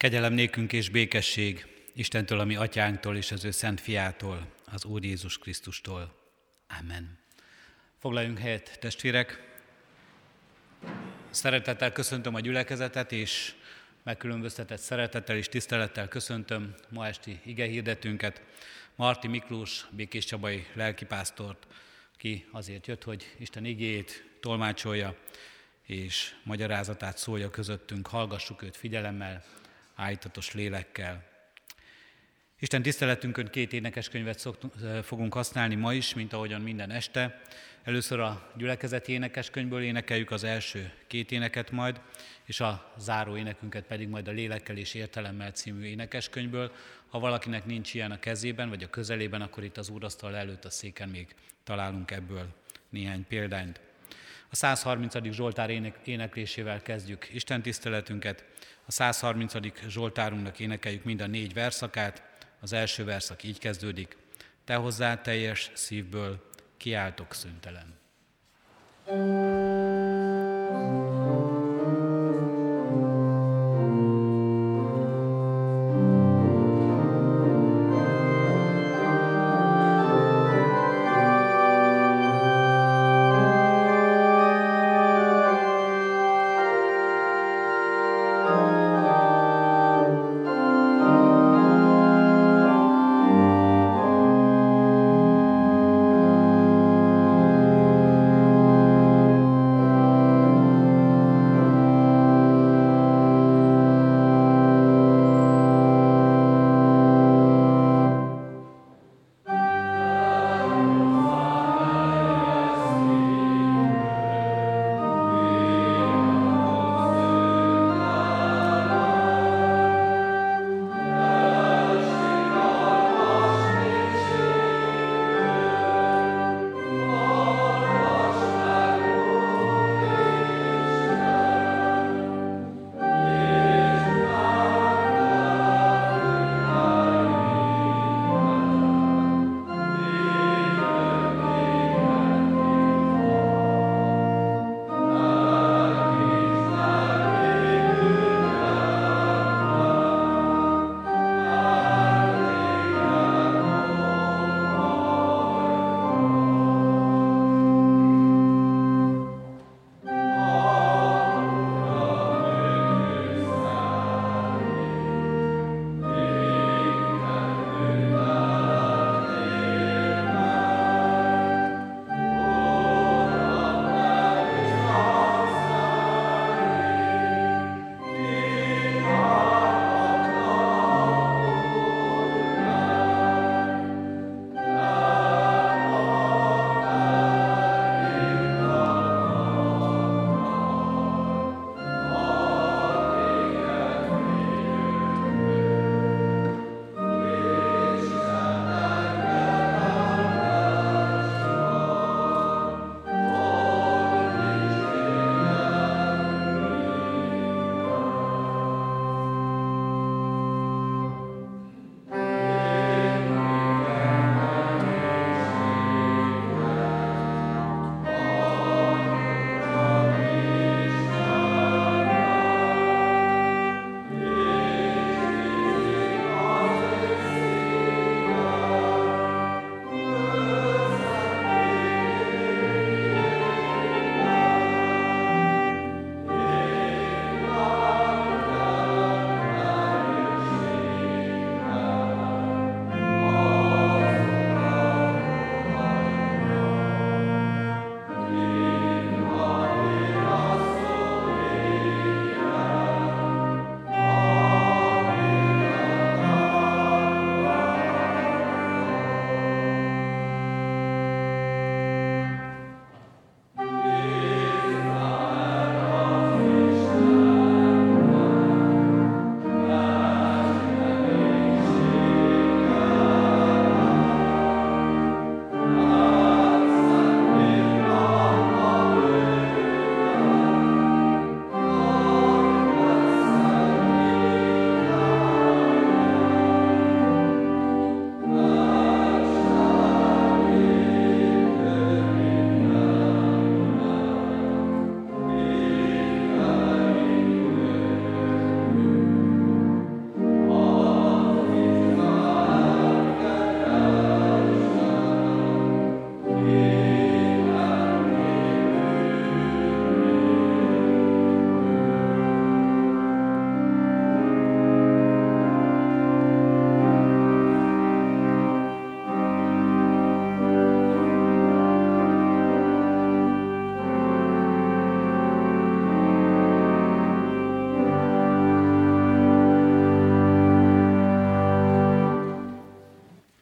Kegyelem nékünk és békesség Istentől, a mi atyánktól és az ő szent fiától, az Úr Jézus Krisztustól. Amen. Foglaljunk helyet, testvérek! Szeretettel köszöntöm a gyülekezetet, és megkülönböztetett szeretettel és tisztelettel köszöntöm ma esti igehirdetőnket, Marti Miklós békéscsabai lelkipásztort, ki azért jött, hogy Isten igéjét tolmácsolja, és magyarázatát szólja közöttünk. Hallgassuk őt figyelemmel, ájtatos lélekkel. Isten tiszteletünkön 2 énekeskönyvet fogunk használni ma is, mint ahogyan minden este. Először a gyülekezeti énekeskönyvből énekeljük az első 2 éneket majd, és a záró énekünket pedig majd a Lélekkel és értelemmel című énekeskönyvből. Ha valakinek nincs ilyen a kezében, vagy a közelében, akkor itt az úrasztal előtt a széken még találunk ebből néhány példányt. A 130. Zsoltár éneklésével kezdjük Isten tiszteletünket. A 130. Zsoltárunknak énekeljük mind a 4 verszakát. Az első verszak így kezdődik: Te hozzád teljes szívből kiáltok szüntelen.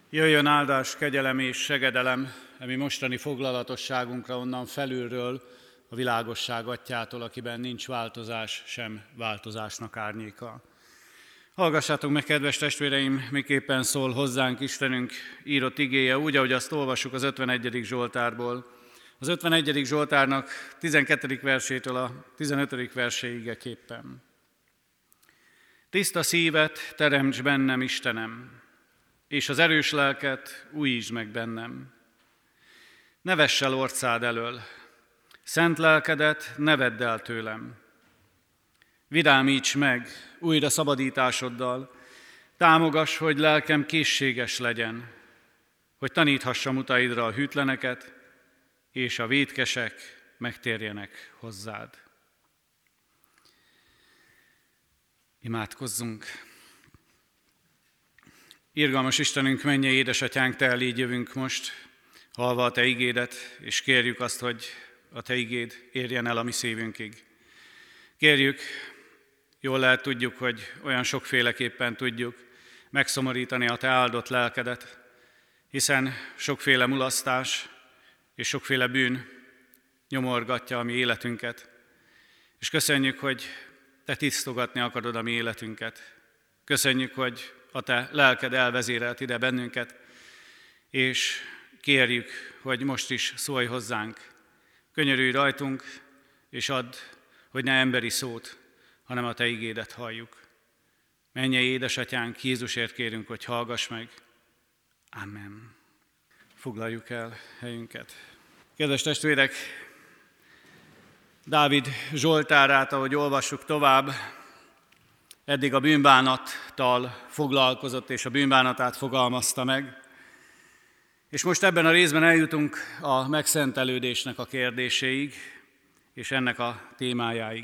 Jöjjön áldás, kegyelem és segedelem, ami mostani foglalatosságunkra onnan felülről, a világosság atyától, akiben nincs változás, sem változásnak árnyéka. Hallgassátok meg, kedves testvéreim, miképpen szól hozzánk Istenünk írott igéje, úgy, ahogy azt olvassuk az 51. Zsoltárból. Az 51. Zsoltárnak 12. versétől a 15. verséig igeképpen. Tiszta szívet teremts bennem, Istenem, és az erős lelket újítsd meg bennem. Ne vess el orcád elől, szent lelkedet ne vedd el tőlem. Vidámíts meg újra szabadításoddal, támogass, hogy lelkem készséges legyen, hogy taníthassam utaidra a hűtleneket, és a vétkesek megtérjenek hozzád. Imádkozzunk! Irgalmas Istenünk, mennyei édesatyánk, te eléd jövünk most, hallva a te igédet, és kérjük azt, hogy a te igéd érjen el a mi szívünkig. Kérjük, jól lehet tudjuk, hogy olyan sokféleképpen tudjuk megszomorítani a te áldott lelkedet, hiszen sokféle mulasztás és sokféle bűn nyomorgatja a mi életünket. És köszönjük, hogy te tisztogatni akarod a mi életünket. Köszönjük, hogy a te lelked elvezérelt ide bennünket, és kérjük, hogy most is szólj hozzánk. Könyörülj rajtunk, és add, hogy ne emberi szót, hanem a te igédet halljuk. Mennyei édesatyánk, Jézusért kérünk, hogy hallgass meg. Amen. Foglaljuk el helyünket. Kedves testvérek, Dávid zsoltárát, ahogy olvassuk tovább, eddig a bűnbánattal foglalkozott, és a bűnbánatát fogalmazta meg. És most ebben a részben eljutunk a megszentelődésnek a kérdéséig, és ennek a témájáig.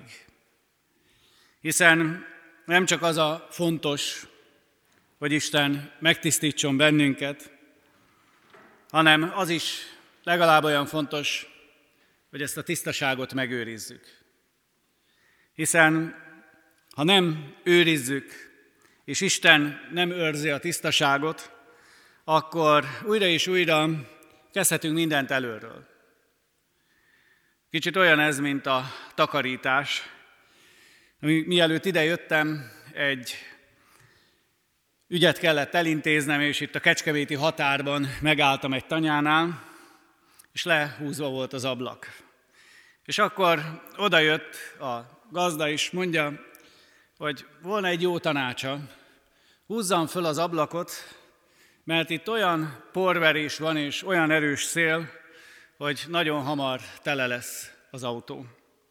Hiszen nem csak az a fontos, hogy Isten megtisztítson bennünket, hanem az is legalább olyan fontos, hogy ezt a tisztaságot megőrizzük. Hiszen ha nem őrizzük, és Isten nem őrzi a tisztaságot, akkor újra és újra kezdhetünk mindent előről. Kicsit olyan ez, mint a takarítás. Mielőtt ide jöttem, egy ügyet kellett elintéznem, és itt a kecskeméti határban megálltam egy tanyánál, és lehúzva volt az ablak. És akkor odajött a gazda, és mondja, hogy volna egy jó tanácsa, húzzam föl az ablakot, mert itt olyan porverés van, és olyan erős szél, hogy nagyon hamar tele lesz az autó.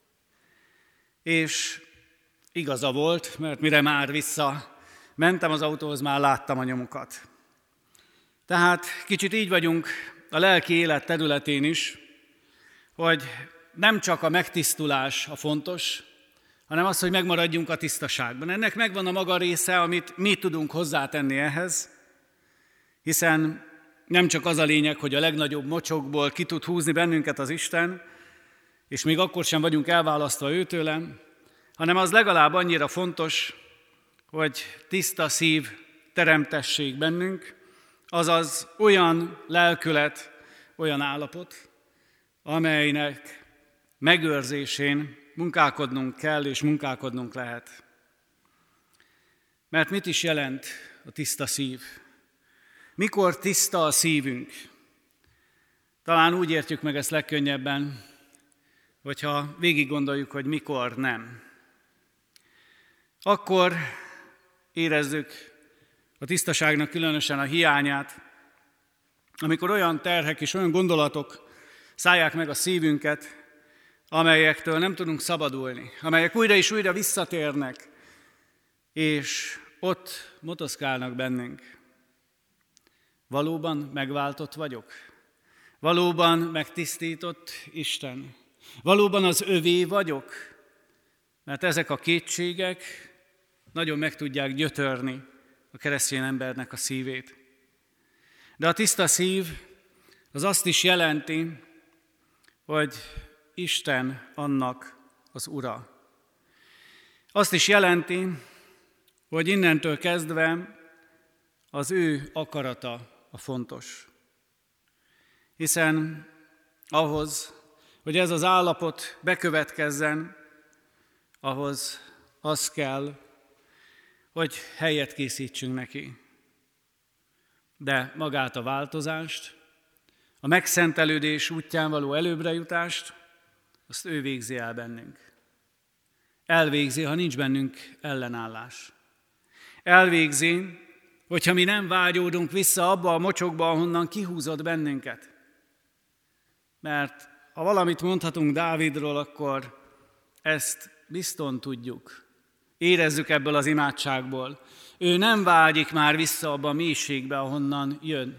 És igaza volt, mert mire már mentem az autóhoz, már láttam a nyomukat. Tehát kicsit így vagyunk a lelki élet területén is, hogy nem csak a megtisztulás a fontos, hanem az, hogy megmaradjunk a tisztaságban. Ennek megvan a maga része, amit mi tudunk hozzátenni ehhez, hiszen nem csak az a lényeg, hogy a legnagyobb mocsokból ki tud húzni bennünket az Isten, és még akkor sem vagyunk elválasztva őtőle, hanem az legalább annyira fontos, hogy tiszta szív teremtessék bennünk, azaz olyan lelkület, olyan állapot, amelynek megőrzésén munkálkodnunk kell és munkálkodnunk lehet. Mert mit is jelent a tiszta szív? Mikor tiszta a szívünk? Talán úgy értjük meg ezt legkönnyebben, hogyha végig gondoljuk, hogy mikor nem. Akkor érezzük a tisztaságnak különösen a hiányát, amikor olyan terhek és olyan gondolatok szállják meg a szívünket, amelyektől nem tudunk szabadulni, amelyek újra és újra visszatérnek, és ott motoszkálnak bennünk. Valóban megváltott vagyok? Valóban megtisztított Isten? Valóban az övé vagyok? Mert ezek a kétségek nagyon meg tudják gyötörni a keresztény embernek a szívét. De a tiszta szív az azt is jelenti, hogy Isten annak az Ura. Azt is jelenti, hogy innentől kezdve az ő akarata a fontos. Hiszen ahhoz, hogy ez az állapot bekövetkezzen, ahhoz az kell, hogy helyet készítsünk neki. De magát a változást, a megszentelődés útján való előbrejutást, azt ő végzi el bennünk. Elvégzi, ha nincs bennünk ellenállás. Elvégzi, hogyha mi nem vágyódunk vissza abba a mocsokba, ahonnan kihúzott bennünket. Mert ha valamit mondhatunk Dávidról, akkor ezt bizton tudjuk. Érezzük ebből az imádságból. Ő nem vágyik már vissza abba a mélységbe, ahonnan jön.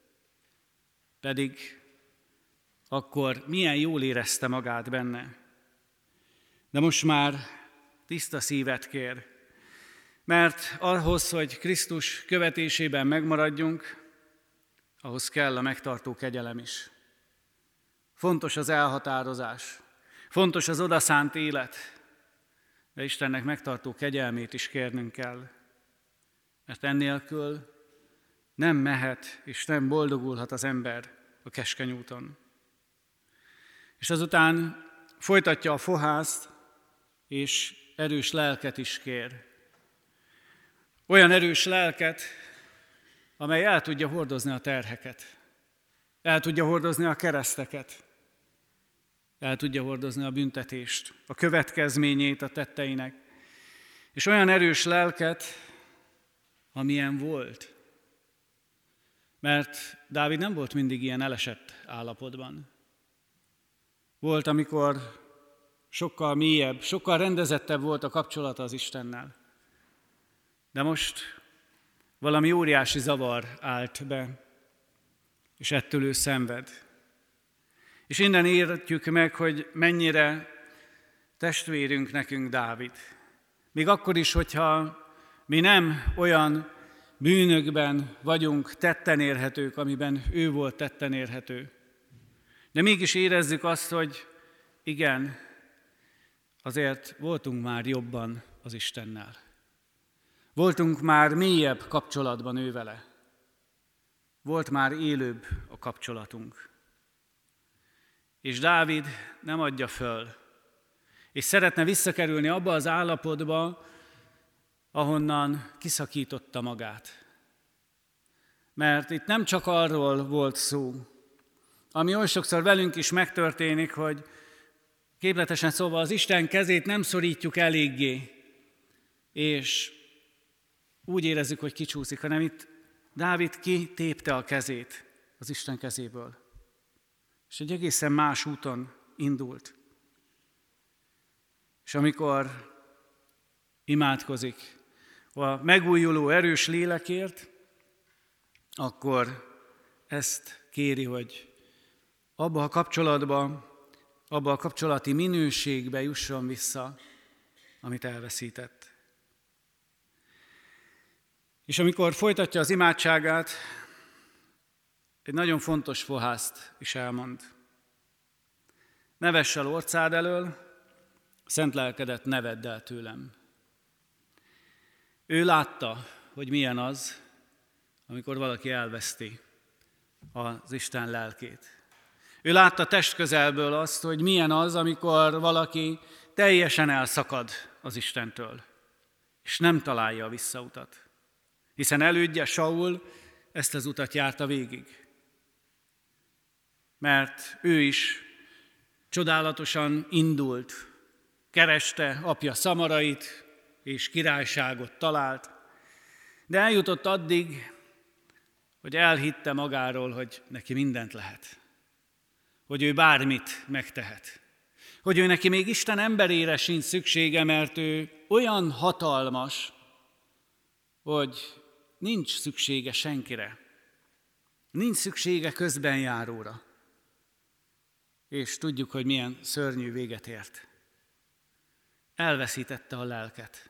Pedig akkor milyen jól érezte magát benne. De most már tiszta szívet kér. Mert ahhoz, hogy Krisztus követésében megmaradjunk, ahhoz kell a megtartó kegyelem is. Fontos az elhatározás, fontos az odaszánt élet, de Istennek megtartó kegyelmét is kérnünk kell, mert ennélkül nem mehet és nem boldogulhat az ember a keskeny úton. És azután folytatja a fohászt, és erős lelket is kér. Olyan erős lelket, amely el tudja hordozni a terheket, el tudja hordozni a kereszteket, el tudja hordozni a büntetést, a következményét a tetteinek, és olyan erős lelket, amilyen volt. Mert Dávid nem volt mindig ilyen elesett állapotban. Volt, amikor sokkal mélyebb, sokkal rendezettebb volt a kapcsolata az Istennel. De most valami óriási zavar állt be, és ettől ő szenved. És innen értjük meg, hogy mennyire testvérünk nekünk Dávid. Még akkor is, hogyha mi nem olyan bűnökben vagyunk tetten érhetők, amiben ő volt tetten érhető. De mégis érezzük azt, hogy igen, azért voltunk már jobban az Istennel. Voltunk már mélyebb kapcsolatban ő vele. Volt már élőbb a kapcsolatunk. És Dávid nem adja föl, és szeretne visszakerülni abba az állapotba, ahonnan kiszakította magát. Mert itt nem csak arról volt szó, ami oly sokszor velünk is megtörténik, hogy képletesen szóval az Isten kezét nem szorítjuk eléggé, és úgy érezzük, hogy kicsúszik, hanem itt Dávid kitépte a kezét az Isten kezéből. És egy egészen más úton indult. És amikor imádkozik a megújuló erős lélekért, akkor ezt kéri, hogy abba a kapcsolatba, abba a kapcsolati minőségbe jusson vissza, amit elveszített. És amikor folytatja az imádságát, egy nagyon fontos fohászt is elmond. Ne vess el orcád elől, szent lelkedet ne vedd el tőlem. Ő látta, hogy milyen az, amikor valaki elveszti az Isten lelkét. Ő látta testközelből azt, hogy milyen az, amikor valaki teljesen elszakad az Istentől, és nem találja a visszautat. Hiszen elődje Saul ezt az utat járta végig. Mert ő is csodálatosan indult, kereste apja szamarait, és királyságot talált, de eljutott addig, hogy elhitte magáról, hogy neki mindent lehet, hogy ő bármit megtehet, hogy ő neki még Isten emberére sincs szüksége, mert ő olyan hatalmas, hogy nincs szüksége senkire, nincs szüksége közbenjáróra. És tudjuk, hogy milyen szörnyű véget ért. Elveszítette a lelket,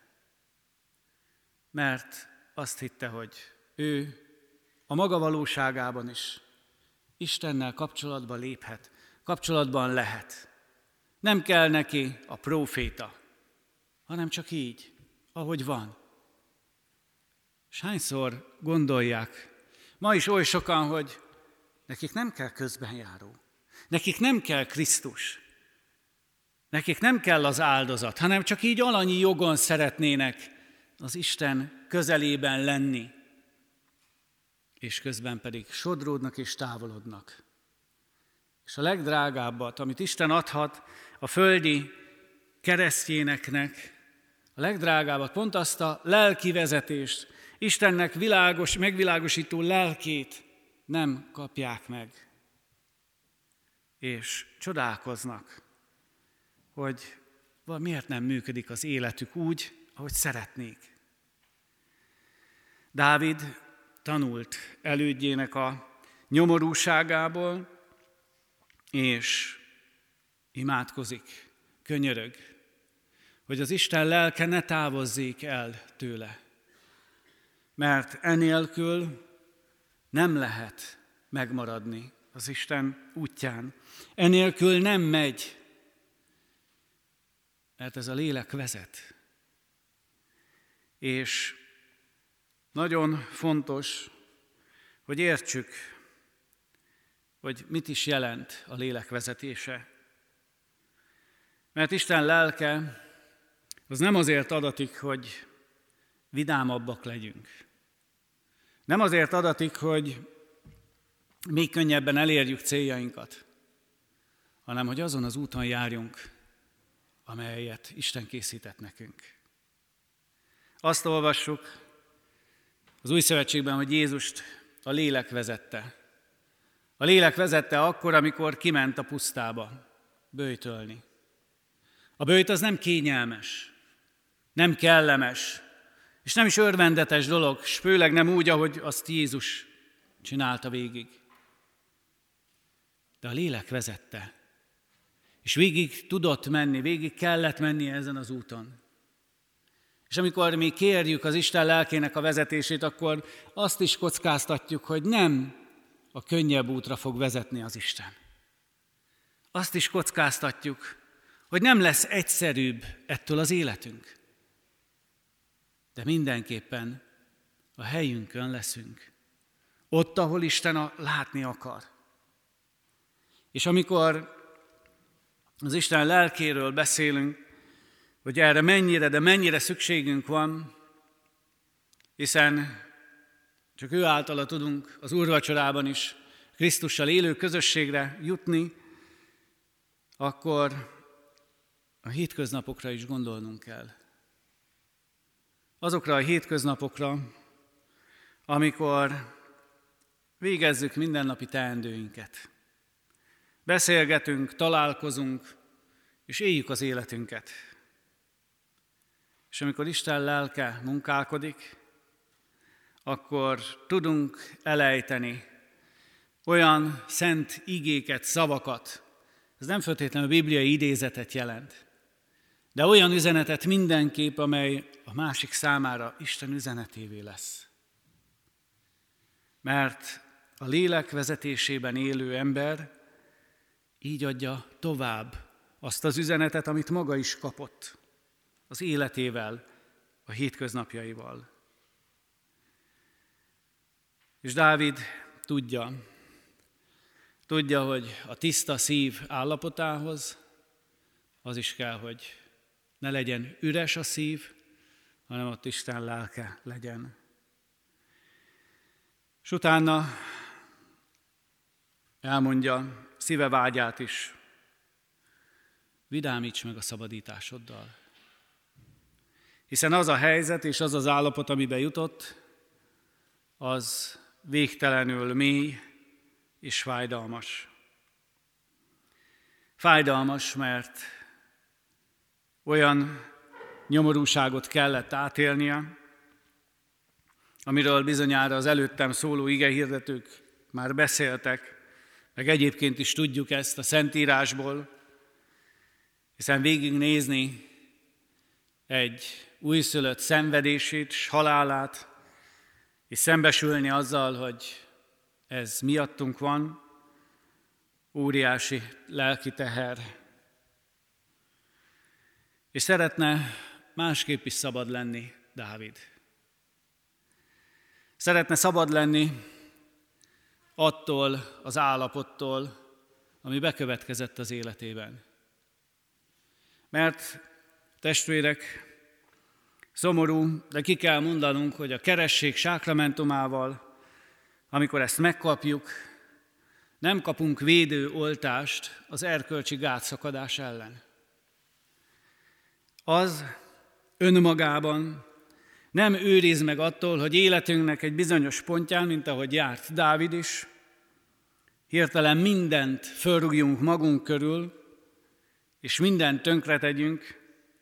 mert azt hitte, hogy ő a maga valóságában is Istennel kapcsolatba léphet, kapcsolatban lehet. Nem kell neki a próféta, hanem csak így, ahogy van. És hányszor gondolják, Ma is oly sokan, hogy nekik nem kell közbenjáró, nekik nem kell Krisztus, nekik nem kell az áldozat, hanem csak így alanyi jogon szeretnének az Isten közelében lenni, és közben pedig sodródnak és távolodnak. És a legdrágábbat, amit Isten adhat a földi keresztjéneknek, a legdrágábbat, pont azt a lelki vezetést, Istennek világos, megvilágosító lelkét nem kapják meg. És csodálkoznak, hogy miért nem működik az életük úgy, ahogy szeretnék. Dávid tanult elődjének a nyomorúságából, és imádkozik, könyörög, hogy az Isten lelke ne távozzék el tőle. Mert enélkül nem lehet megmaradni az Isten útján. Enélkül nem megy, mert ez a lélek vezet. És nagyon fontos, hogy értsük, hogy mit is jelent a lélek vezetése. Mert Isten lelke az nem azért adatik, hogy vidámabbak legyünk. Nem azért adatik, hogy még könnyebben elérjük céljainkat, hanem hogy azon az úton járjunk, amelyet Isten készített nekünk. Azt olvassuk az Új Szövetségben, hogy Jézust a lélek vezette. A lélek vezette akkor, amikor kiment a pusztába böjtölni. A böjt az nem kényelmes, nem kellemes, és nem is örvendetes dolog, és főleg nem úgy, ahogy azt Jézus csinálta végig. De a lélek vezette, és végig tudott menni, végig kellett mennie ezen az úton. És amikor mi kérjük az Isten lelkének a vezetését, akkor azt is kockáztatjuk, hogy nem a könnyebb útra fog vezetni az Isten. Azt is kockáztatjuk, hogy nem lesz egyszerűbb ettől az életünk. De mindenképpen a helyünkön leszünk. Ott, ahol Isten látni akar. És amikor az Isten lelkéről beszélünk, hogy erre mennyire, de mennyire szükségünk van, hiszen csak ő általa tudunk az úrvacsorában is Krisztussal élő közösségre jutni, akkor a hétköznapokra is gondolnunk kell. Azokra a hétköznapokra, amikor végezzük mindennapi teendőinket. Beszélgetünk, találkozunk, és éljük az életünket. És amikor Isten lelke munkálkodik, akkor tudunk elejteni olyan szent igéket, szavakat, ez nem feltétlenül a bibliai idézetet jelent, de olyan üzenetet mindenképp, amely a másik számára Isten üzenetévé lesz. Mert a lélek vezetésében élő ember így adja tovább azt az üzenetet, amit maga is kapott az életével, a hétköznapjaival. És Dávid tudja, hogy a tiszta szív állapotához az is kell, hogy ne legyen üres a szív, hanem ott Isten lelke legyen. És utána elmondja szíve vágyát is, vidámíts meg a szabadításoddal. Hiszen az a helyzet és az az állapot, amiben jutott, az végtelenül mély és fájdalmas. Fájdalmas, mert olyan nyomorúságot kellett átélnie, amiről bizonyára az előttem szóló igehirdetők már beszéltek, meg egyébként is tudjuk ezt a Szentírásból, hiszen végignézni egy újszülött szenvedését és halálát, és szembesülni azzal, hogy ez miattunk van, óriási lelki teher. És szeretne másképp is szabad lenni Dávid. Szeretne szabad lenni attól az állapottól, ami bekövetkezett az életében. Mert, testvérek, szomorú, de ki kell mondanunk, hogy a keresztség sákramentumával, amikor ezt megkapjuk, nem kapunk védőoltást az erkölcsi gátszakadás ellen. Az önmagában nem őriz meg attól, hogy életünknek egy bizonyos pontján, mint ahogy járt Dávid is, hirtelen mindent fölrúgjunk magunk körül, és mindent tönkretegyünk,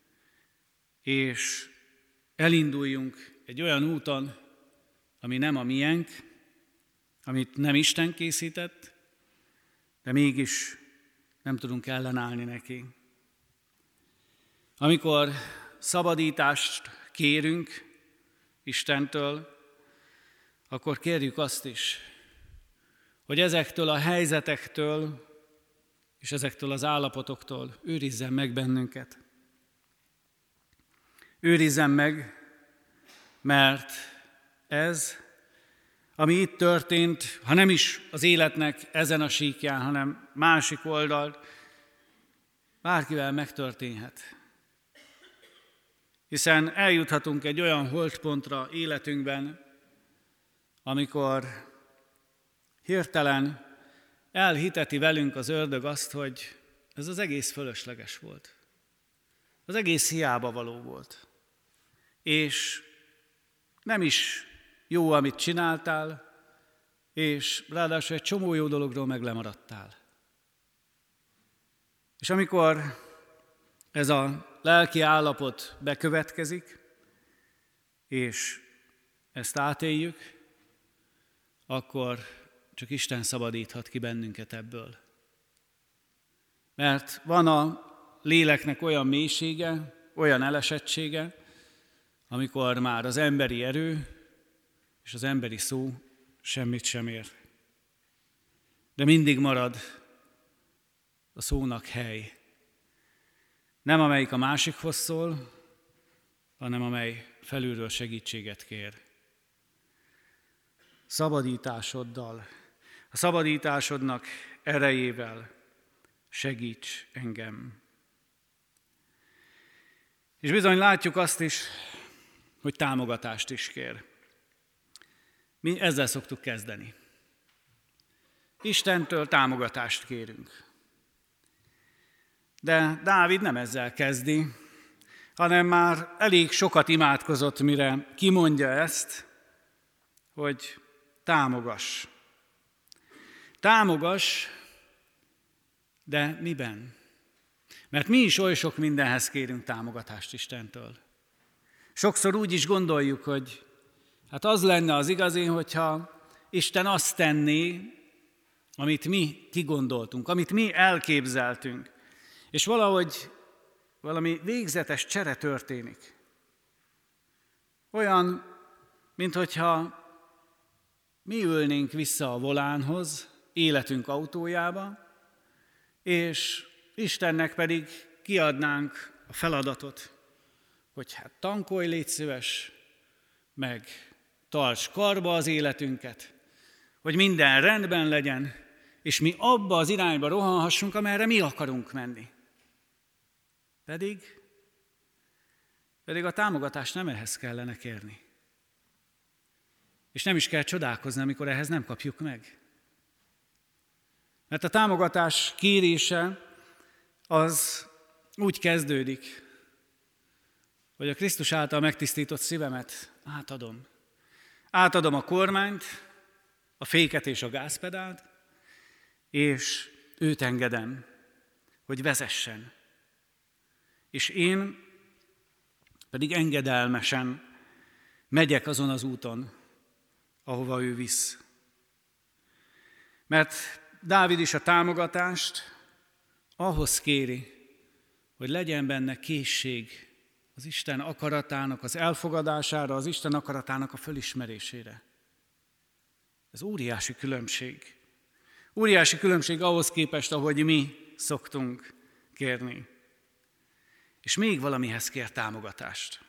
és elinduljunk egy olyan úton, ami nem a miénk, amit nem Isten készített, de mégis nem tudunk ellenállni neki. Amikor szabadítást kérünk Istentől, akkor kérjük azt is, hogy ezektől a helyzetektől és ezektől az állapotoktól őrizzen meg bennünket. Őrizzen meg, mert ez, ami itt történt, ha nem is az életnek ezen a síkján, hanem másik oldalt, bárkivel megtörténhet. Hiszen eljuthatunk egy olyan holdpontra életünkben, amikor hirtelen elhiteti velünk az ördög azt, hogy ez az egész fölösleges volt. Az egész hiába való volt. És nem is jó, amit csináltál, és ráadásul egy csomó jó dologról meg lemaradtál. És amikor ez a lelki állapot bekövetkezik, és ezt átéljük, akkor csak Isten szabadíthat ki bennünket ebből. Mert van a léleknek olyan mélysége, olyan elesettsége, amikor már az emberi erő és az emberi szó semmit sem ér. De mindig marad a szónak hely. Nem amelyik a másikhoz szól, hanem amely felülről segítséget kér. Szabadításoddal, a szabadításodnak erejével segíts engem. És bizony látjuk azt is, hogy támogatást is kér. Mi ezzel szoktuk kezdeni. Istentől támogatást kérünk. De Dávid nem ezzel kezdi, hanem már elég sokat imádkozott, mire kimondja ezt, hogy támogass. Támogass, de miben? Mert mi is oly sok mindenhez kérünk támogatást Istentől. Sokszor úgy is gondoljuk, hogy hát az lenne az igazi, hogyha Isten azt tenné, amit mi kigondoltunk, amit mi elképzeltünk, és valahogy valami végzetes csere történik. Olyan, minthogyha mi ülnénk vissza a volánhoz, életünk autójába, és Istennek pedig kiadnánk a feladatot, hogy hát tankolj, légy szíves, meg tarts karba az életünket, hogy minden rendben legyen, és mi abba az irányba rohanhassunk, amerre mi akarunk menni. Pedig a támogatást nem ehhez kellene kérni. És nem is kell csodálkozni, amikor ehhez nem kapjuk meg. Mert a támogatás kérése az úgy kezdődik, hogy a Krisztus által megtisztított szívemet átadom. Átadom a kormányt, a féket és a gázpedált, és őt engedem, hogy vezessen. És én pedig engedelmesen megyek azon az úton, ahova ő visz. Mert Dávid is a támogatást ahhoz kéri, hogy legyen benne készség az Isten akaratának az elfogadására, az Isten akaratának a fölismerésére. Ez óriási különbség. Óriási különbség ahhoz képest, ahogy mi szoktunk kérni. És még valamihez kér támogatást.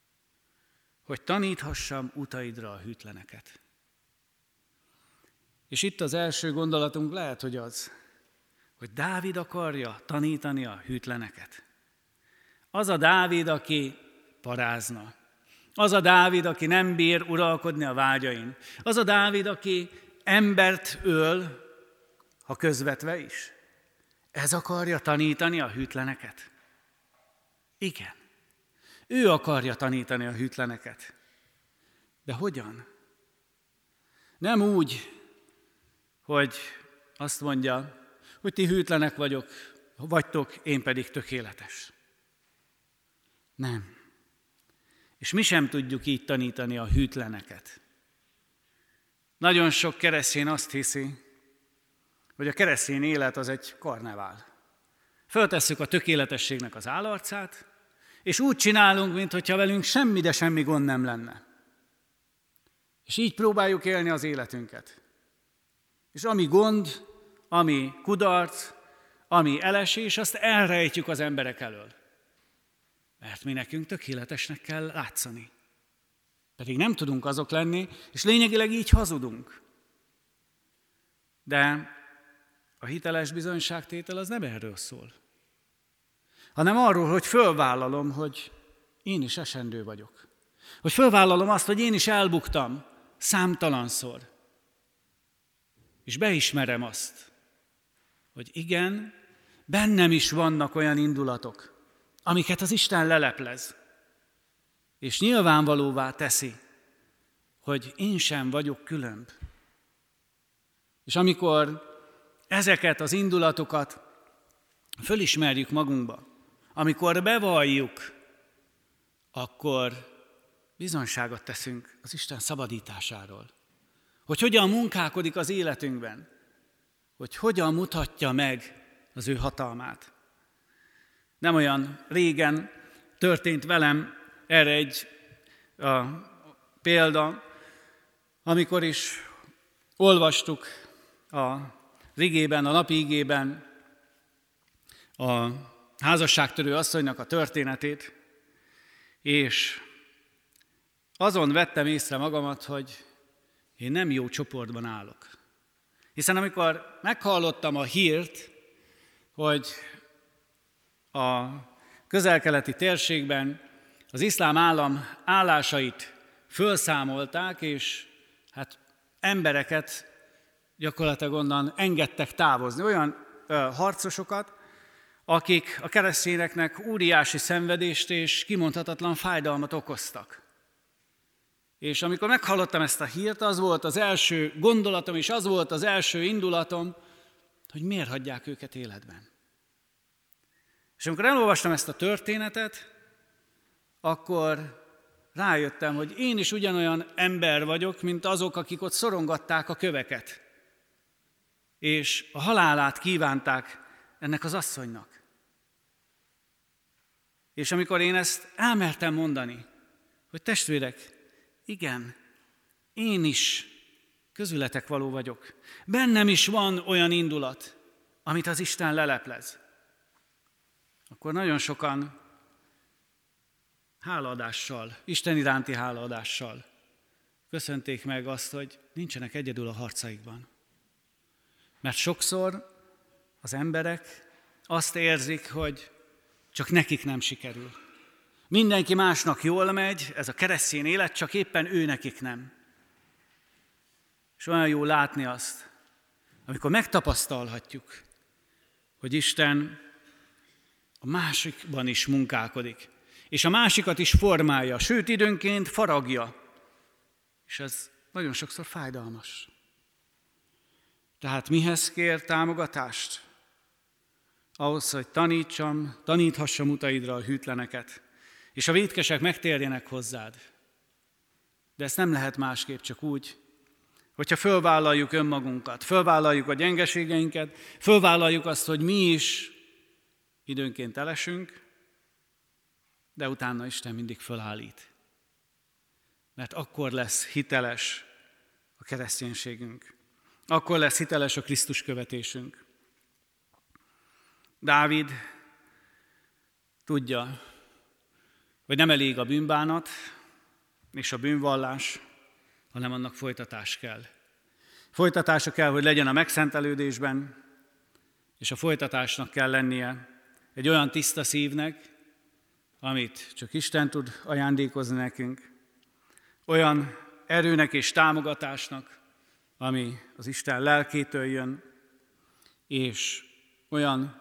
Hogy taníthassam utaidra a hűtleneket. És itt az első gondolatunk lehet, hogy az, hogy Dávid akarja tanítani a hűtleneket. Az a Dávid, aki parázna. Az a Dávid, aki nem bír uralkodni a vágyain. Az a Dávid, aki embert öl, ha közvetve is. Ez akarja tanítani a hűtleneket? Igen. Ő akarja tanítani a hűtleneket. De hogyan? Nem úgy, hogy azt mondja, hogy ti hűtlenek vagytok, én pedig tökéletes. Nem. És mi sem tudjuk így tanítani a hűtleneket. Nagyon sok keresztény azt hiszi, hogy a keresztény élet az egy karnevál. Föltesszük a tökéletességnek az állarcát, és úgy csinálunk, mintha velünk semmi, de semmi gond nem lenne. És így próbáljuk élni az életünket. És ami gond, ami kudarc, ami elesés, azt elrejtjük az emberek elől. Mert mi nekünk tökéletesnek kell látszani. Pedig nem tudunk azok lenni, és lényegileg így hazudunk. De a hiteles bizonyságtétel az nem erről szól, hanem arról, hogy fölvállalom, hogy én is esendő vagyok. Hogy fölvállalom azt, hogy én is elbuktam számtalanszor. És beismerem azt, hogy igen, bennem is vannak olyan indulatok, amiket az Isten leleplez, és nyilvánvalóvá teszi, hogy én sem vagyok különb. És amikor ezeket az indulatokat fölismerjük magunkba, amikor bevalljuk, akkor bizonyságot teszünk az Isten szabadításáról. Hogy hogyan munkálkodik az életünkben, hogy hogyan mutatja meg az ő hatalmát. Nem olyan régen történt velem erre egy példa, amikor is olvastuk az igében, a napi igében a házasságtörő asszonynak a történetét, és azon vettem észre magamat, hogy én nem jó csoportban állok. Hiszen amikor meghallottam a hírt, hogy a közel-keleti térségben az iszlám állam állásait fölszámolták, és hát embereket gyakorlatilag onnan engedtek távozni. Olyan harcosokat, akik a keresztényeknek óriási szenvedést és kimondhatatlan fájdalmat okoztak. És amikor meghallottam ezt a hírt, az volt az első gondolatom, és az volt az első indulatom, hogy miért hagyják őket életben. És amikor elolvastam ezt a történetet, akkor rájöttem, hogy én is ugyanolyan ember vagyok, mint azok, akik ott szorongatták a köveket. És a halálát kívánták ennek az asszonynak. És amikor én ezt elmertem mondani, hogy testvérek, igen, én is közületek való vagyok. Bennem is van olyan indulat, amit az Isten leleplez. Akkor nagyon sokan hálaadással, Isten iránti hálaadással köszönték meg azt, hogy nincsenek egyedül a harcaikban. Mert sokszor az emberek azt érzik, hogy csak nekik nem sikerül. Mindenki másnak jól megy, ez a keresztény élet, csak éppen ő nekik nem. És olyan jó látni azt, amikor megtapasztalhatjuk, hogy Isten a másikban is munkálkodik, és a másikat is formálja, sőt időnként faragja, és ez nagyon sokszor fájdalmas. Tehát mihez kér támogatást? Ahhoz, hogy taníthassam utaidra a hűtleneket, és a vétkesek megtérjenek hozzád. De ezt nem lehet másképp, csak úgy, hogyha fölvállaljuk önmagunkat, fölvállaljuk a gyengeségeinket, fölvállaljuk azt, hogy mi is időnként elesünk, de utána Isten mindig fölállít. Mert akkor lesz hiteles a kereszténységünk. Akkor lesz hiteles a Krisztus követésünk. Dávid tudja, hogy nem elég a bűnbánat és a bűnvallás, hanem annak folytatás kell. Folytatása kell, hogy legyen a megszentelődésben, és a folytatásnak kell lennie egy olyan tiszta szívnek, amit csak Isten tud ajándékozni nekünk, olyan erőnek és támogatásnak, ami az Isten lelkétől jön, és olyan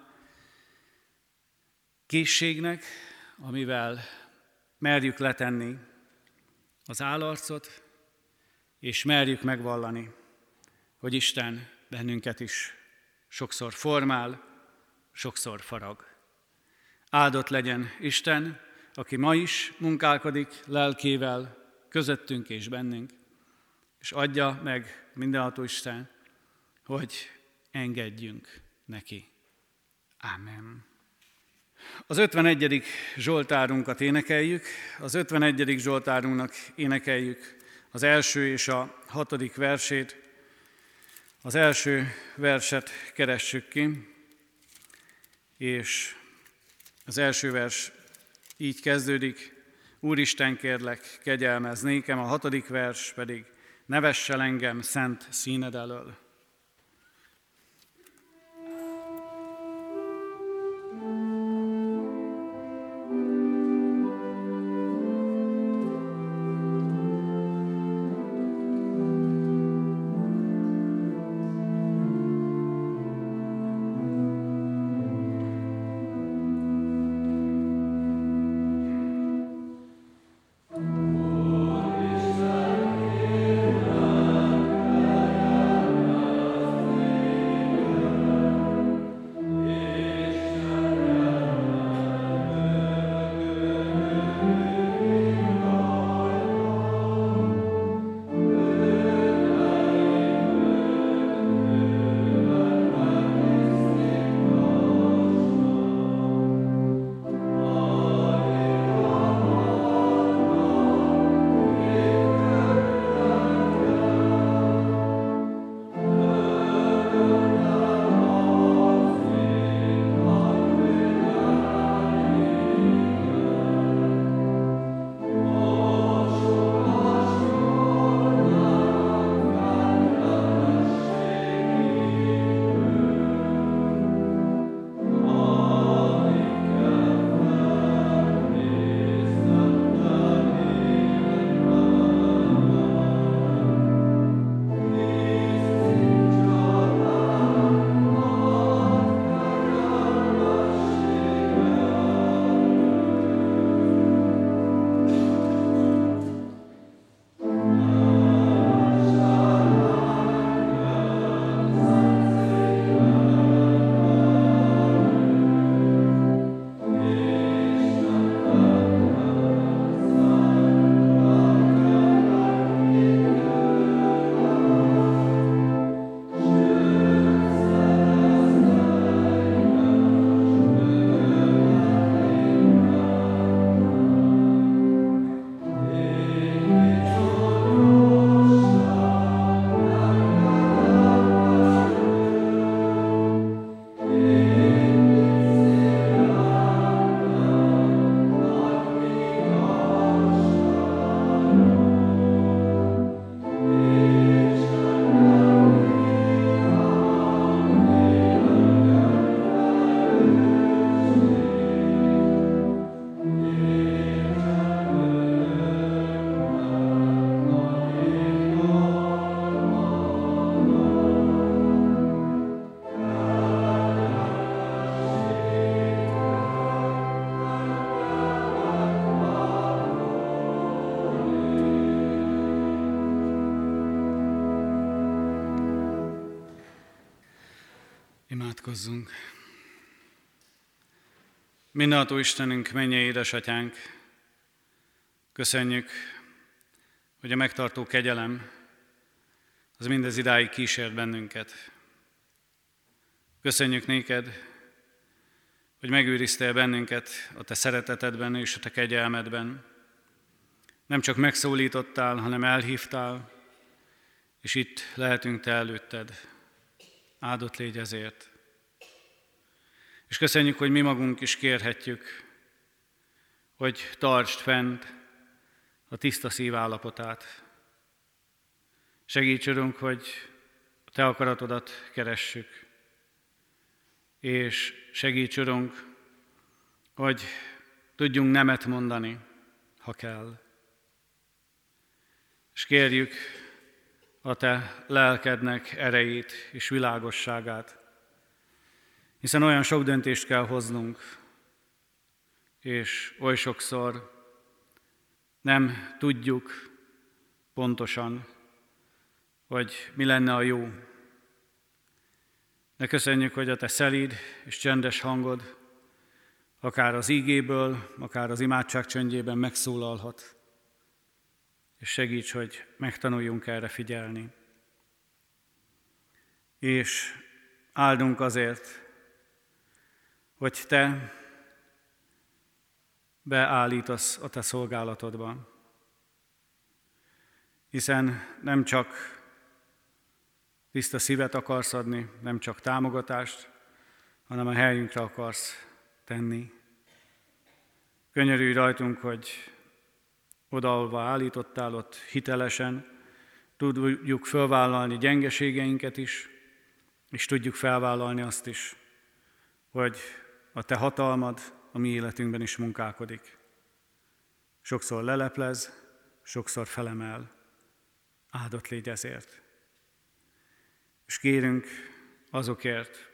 készségnek, amivel merjük letenni az állarcot, és merjük megvallani, hogy Isten bennünket is sokszor formál, sokszor farag. Áldott legyen Isten, aki ma is munkálkodik lelkével közöttünk és bennünk, és adja meg mindenható Isten, hogy engedjünk neki. Ámen. Az 51. Zsoltárunkat énekeljük. Az 51. Zsoltárunknak énekeljük az első és a 6. versét. Az első verset keressük ki, és az első vers így kezdődik: Úristen, kérlek, kegyelmezz nékem, a 6. vers pedig: ne vess el engem szent színed elől. Imádkozzunk. Mindenható Istenünk, mennyei édesatyánk, köszönjük, hogy a megtartó kegyelem az mindez idáig kísért bennünket. Köszönjük néked, hogy megőriztél bennünket a te szeretetedben és a te kegyelmedben. Nem csak megszólítottál, hanem elhívtál, és itt lehetünk te előtted. Áldott légy ezért. És köszönjük, hogy mi magunk is kérhetjük, hogy tartsd fent a tiszta szív állapotát. Segíts, Urunk, hogy Te akaratodat keressük, és segíts, Urunk, hogy tudjunk nemet mondani, ha kell. És kérjük a Te lelkednek erejét és világosságát, hiszen olyan sok döntést kell hoznunk, és oly sokszor nem tudjuk pontosan, hogy mi lenne a jó. De köszönjük, hogy a Te szelíd és csendes hangod akár az ígéből, akár az imádság csöndjében megszólalhat, és segíts, hogy megtanuljunk erre figyelni. És áldunk azért, hogy Te beállítasz a Te szolgálatodba, hiszen nem csak tiszta szívet akarsz adni, nem csak támogatást, hanem a helyünkre akarsz tenni. Könyörülj rajtunk, hogy oda, ahova állítottál, ott hitelesen tudjuk felvállalni gyengeségeinket is, és tudjuk felvállalni azt is, hogy a Te hatalmad a mi életünkben is munkálkodik. Sokszor leleplez, sokszor felemel. Áldott légy ezért. És kérünk azokért,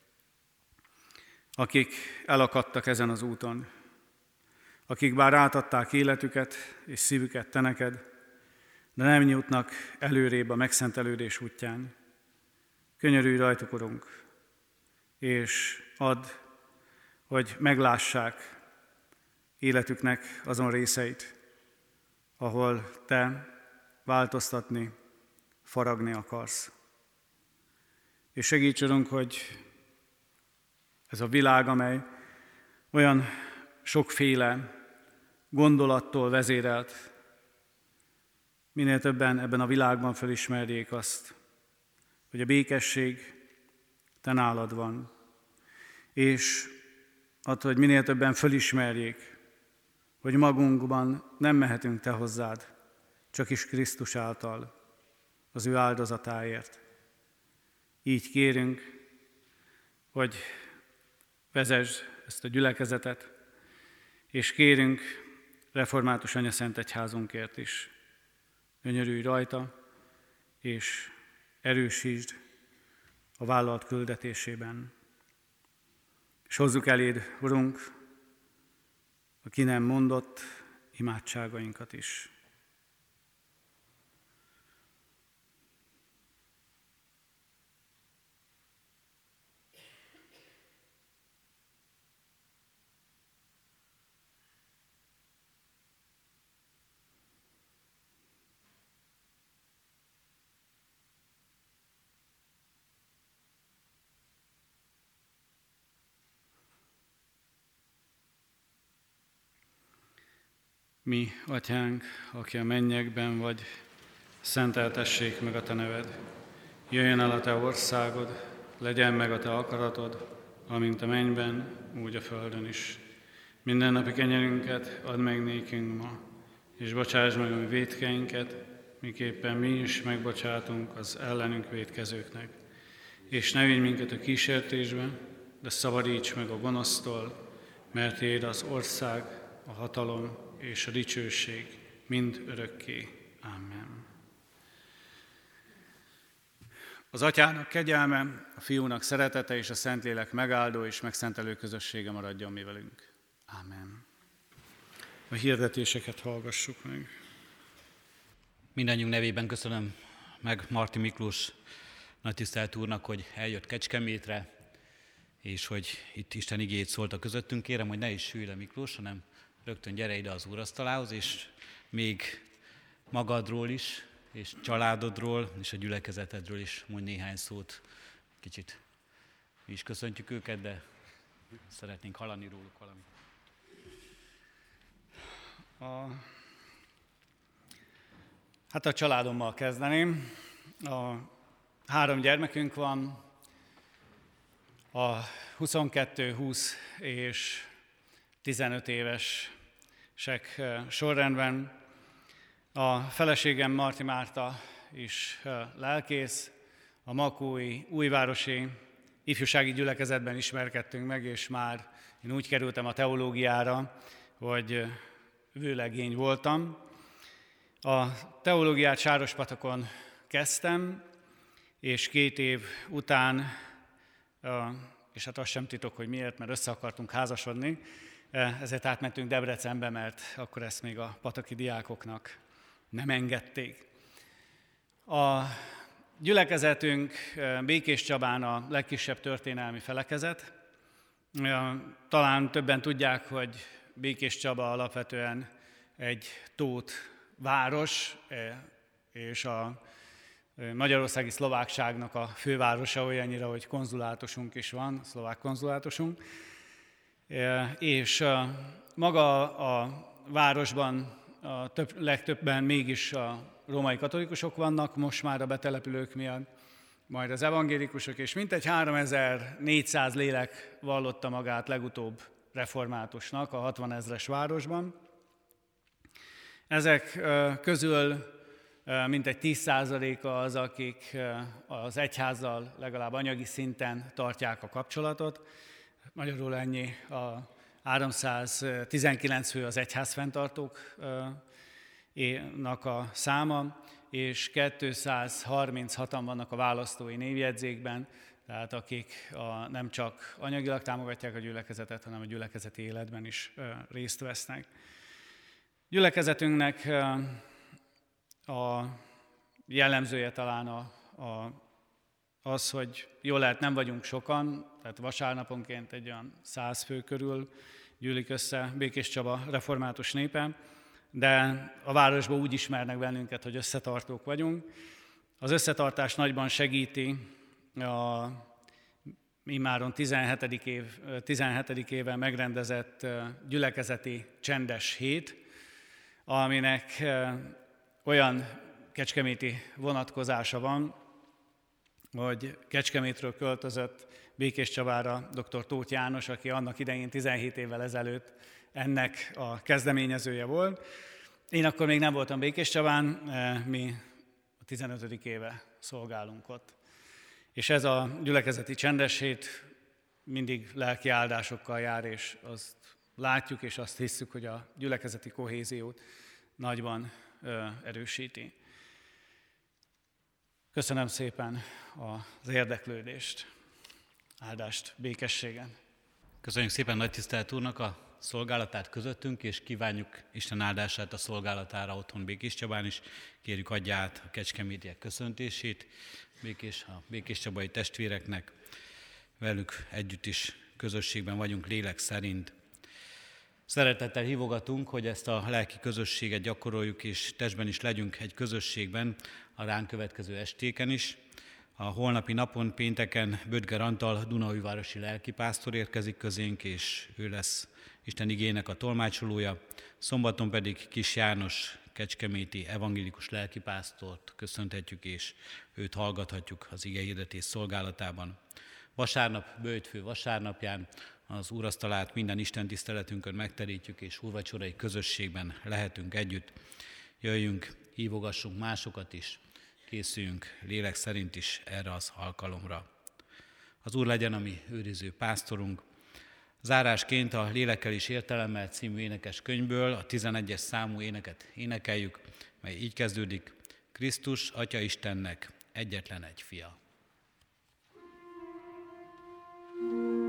akik elakadtak ezen az úton, akik bár átadták életüket és szívüket Te neked, de nem jutnak előrébb a megszentelődés útján. Könyörülj rajtuk, Urunk, és add, hogy meglássák életüknek azon részeit, ahol Te változtatni, faragni akarsz. És segíts, Urunk, hogy ez a világ, amely olyan sokféle gondolattól vezérelt, minél többen ebben a világban felismerjék azt, hogy a békesség Te nálad van, és attól, hogy minél többen felismerjék, hogy magunkban nem mehetünk Te hozzád, csak is Krisztus által, az ő áldozatáért. Így kérünk, hogy vezesd ezt a gyülekezetet, és kérünk református anyaszent egyházunkért is. Könyörülj rajta, és erősítsd a vállalt küldetésében. És hozzuk eléd, Urunk, a ki nem mondott imádságainkat is. Mi, Atyánk, aki a mennyekben vagy, szenteltessék meg a Te neved. Jöjjön el a Te országod, legyen meg a Te akaratod, amint a mennyben, úgy a földön is. Mindennapi kenyerünket add meg nékünk ma, és bocsáss meg a mi vétkeinket, miképpen mi is megbocsátunk az ellenünk vétkezőknek. És ne vigy minket a kísértésbe, de szabadíts meg a gonosztól, mert Tiéd az ország, a hatalom és a dicsőség mind örökké. Amen. Az Atyának kegyelme, a Fiúnak szeretete és a Szentlélek megáldó és megszentelő közössége maradjon mi velünk. Amen. A hirdetéseket hallgassuk meg. Mindannyiunk nevében köszönöm meg Marti Miklós nagytisztelt úrnak, hogy eljött Kecskemétre, és hogy itt Isten igéjét szólta közöttünk. Kérem, hogy ne is sülj le, Miklós, hanem rögtön gyere ide az úrasztalához, és még magadról is, és családodról, és a gyülekezetedről is mondj néhány szót. Kicsit mi is köszöntjük őket, de szeretnénk hallani róluk valamit. A családommal kezdeném. 3 gyermekünk van, a 22, 20 és 15 évesek sorrendben. A feleségem Marti Márta is lelkész, a makói újvárosi ifjúsági gyülekezetben ismerkedtünk meg, és már én úgy kerültem a teológiára, hogy vőlegény voltam. A teológiát Sárospatakon kezdtem, és 2 év után, és hát azt sem titok, hogy miért, mert össze akartunk házasodni, ezért átmentünk Debrecenbe, mert akkor ezt még a pataki diákoknak nem engedték. A gyülekezetünk Békés Csabán a legkisebb történelmi felekezet. Talán többen tudják, hogy Békés Csaba alapvetően egy tót város, és a magyarországi szlovákságnak a fővárosa, olyannyira, hogy konzulátusunk is van, szlovák konzulátusunk. És maga a városban legtöbben mégis a római katolikusok vannak, most már a betelepülők miatt, majd az evangélikusok, és mintegy 3400 lélek vallotta magát legutóbb reformátusnak a 60 000-es városban. Ezek közül mintegy 10%-a az, akik az egyházzal legalább anyagi szinten tartják a kapcsolatot. Magyarul ennyi, a 319 fő az egyházfenntartóknak a száma, és 236-an vannak a választói névjegyzékben, tehát akik nem csak anyagilag támogatják a gyülekezetet, hanem a gyülekezeti életben is részt vesznek. Gyülekezetünknek a jellemzője talán az, hogy jól lehet, nem vagyunk sokan, tehát vasárnaponként egy olyan 100 fő körül gyűlik össze Békés Csaba református népe, de a városban úgy ismernek bennünket, hogy összetartók vagyunk. Az összetartás nagyban segíti a immáron 17. éve megrendezett gyülekezeti csendes hét, aminek olyan kecskeméti vonatkozása van, hogy Kecskemétről költözött Békés Csabára dr. Tóth János, aki annak idején 17 évvel ezelőtt ennek a kezdeményezője volt. Én akkor még nem voltam Békés Csabán, mi a 15. éve szolgálunk ott. És ez a gyülekezeti csendes hét mindig lelki áldásokkal jár, és azt látjuk, és azt hisszük, hogy a gyülekezeti kohéziót nagyban erősíti. Köszönöm szépen az érdeklődést, áldást, békességen. Köszönjük szépen Nagy Tisztelt úrnak a szolgálatát közöttünk, és kívánjuk Isten áldását a szolgálatára otthon Békés Csabán is. Kérjük, adja át a kecskemétiek köszöntését a békés csabai testvéreknek. Velük együtt is közösségben vagyunk lélek szerint. Szeretettel hívogatunk, hogy ezt a lelki közösséget gyakoroljuk, és testben is legyünk egy közösségben a ránk következő estéken is. A holnapi napon, pénteken Böttger Antal dunaújvárosi lelkipásztor érkezik közénk, és ő lesz Isten igének a tolmácsolója. Szombaton pedig Kis János kecskeméti evangélikus lelkipásztort köszönhetjük, és őt hallgathatjuk az igehirdetés szolgálatában. Vasárnap, böjtfő vasárnapján az úrasztalát minden Isten tiszteletünkön megterítjük, és úrvacsorai közösségben lehetünk együtt. Jöjjünk, hívogassunk másokat is, készüljünk lélek szerint is erre az alkalomra. Az Úr legyen a mi őriző pásztorunk. Zárásként a Lélekkel és értelemmel című énekes könyvből a 11-es számú éneket énekeljük, mely így kezdődik: Krisztus, Atya Istennek egyetlen egy fia.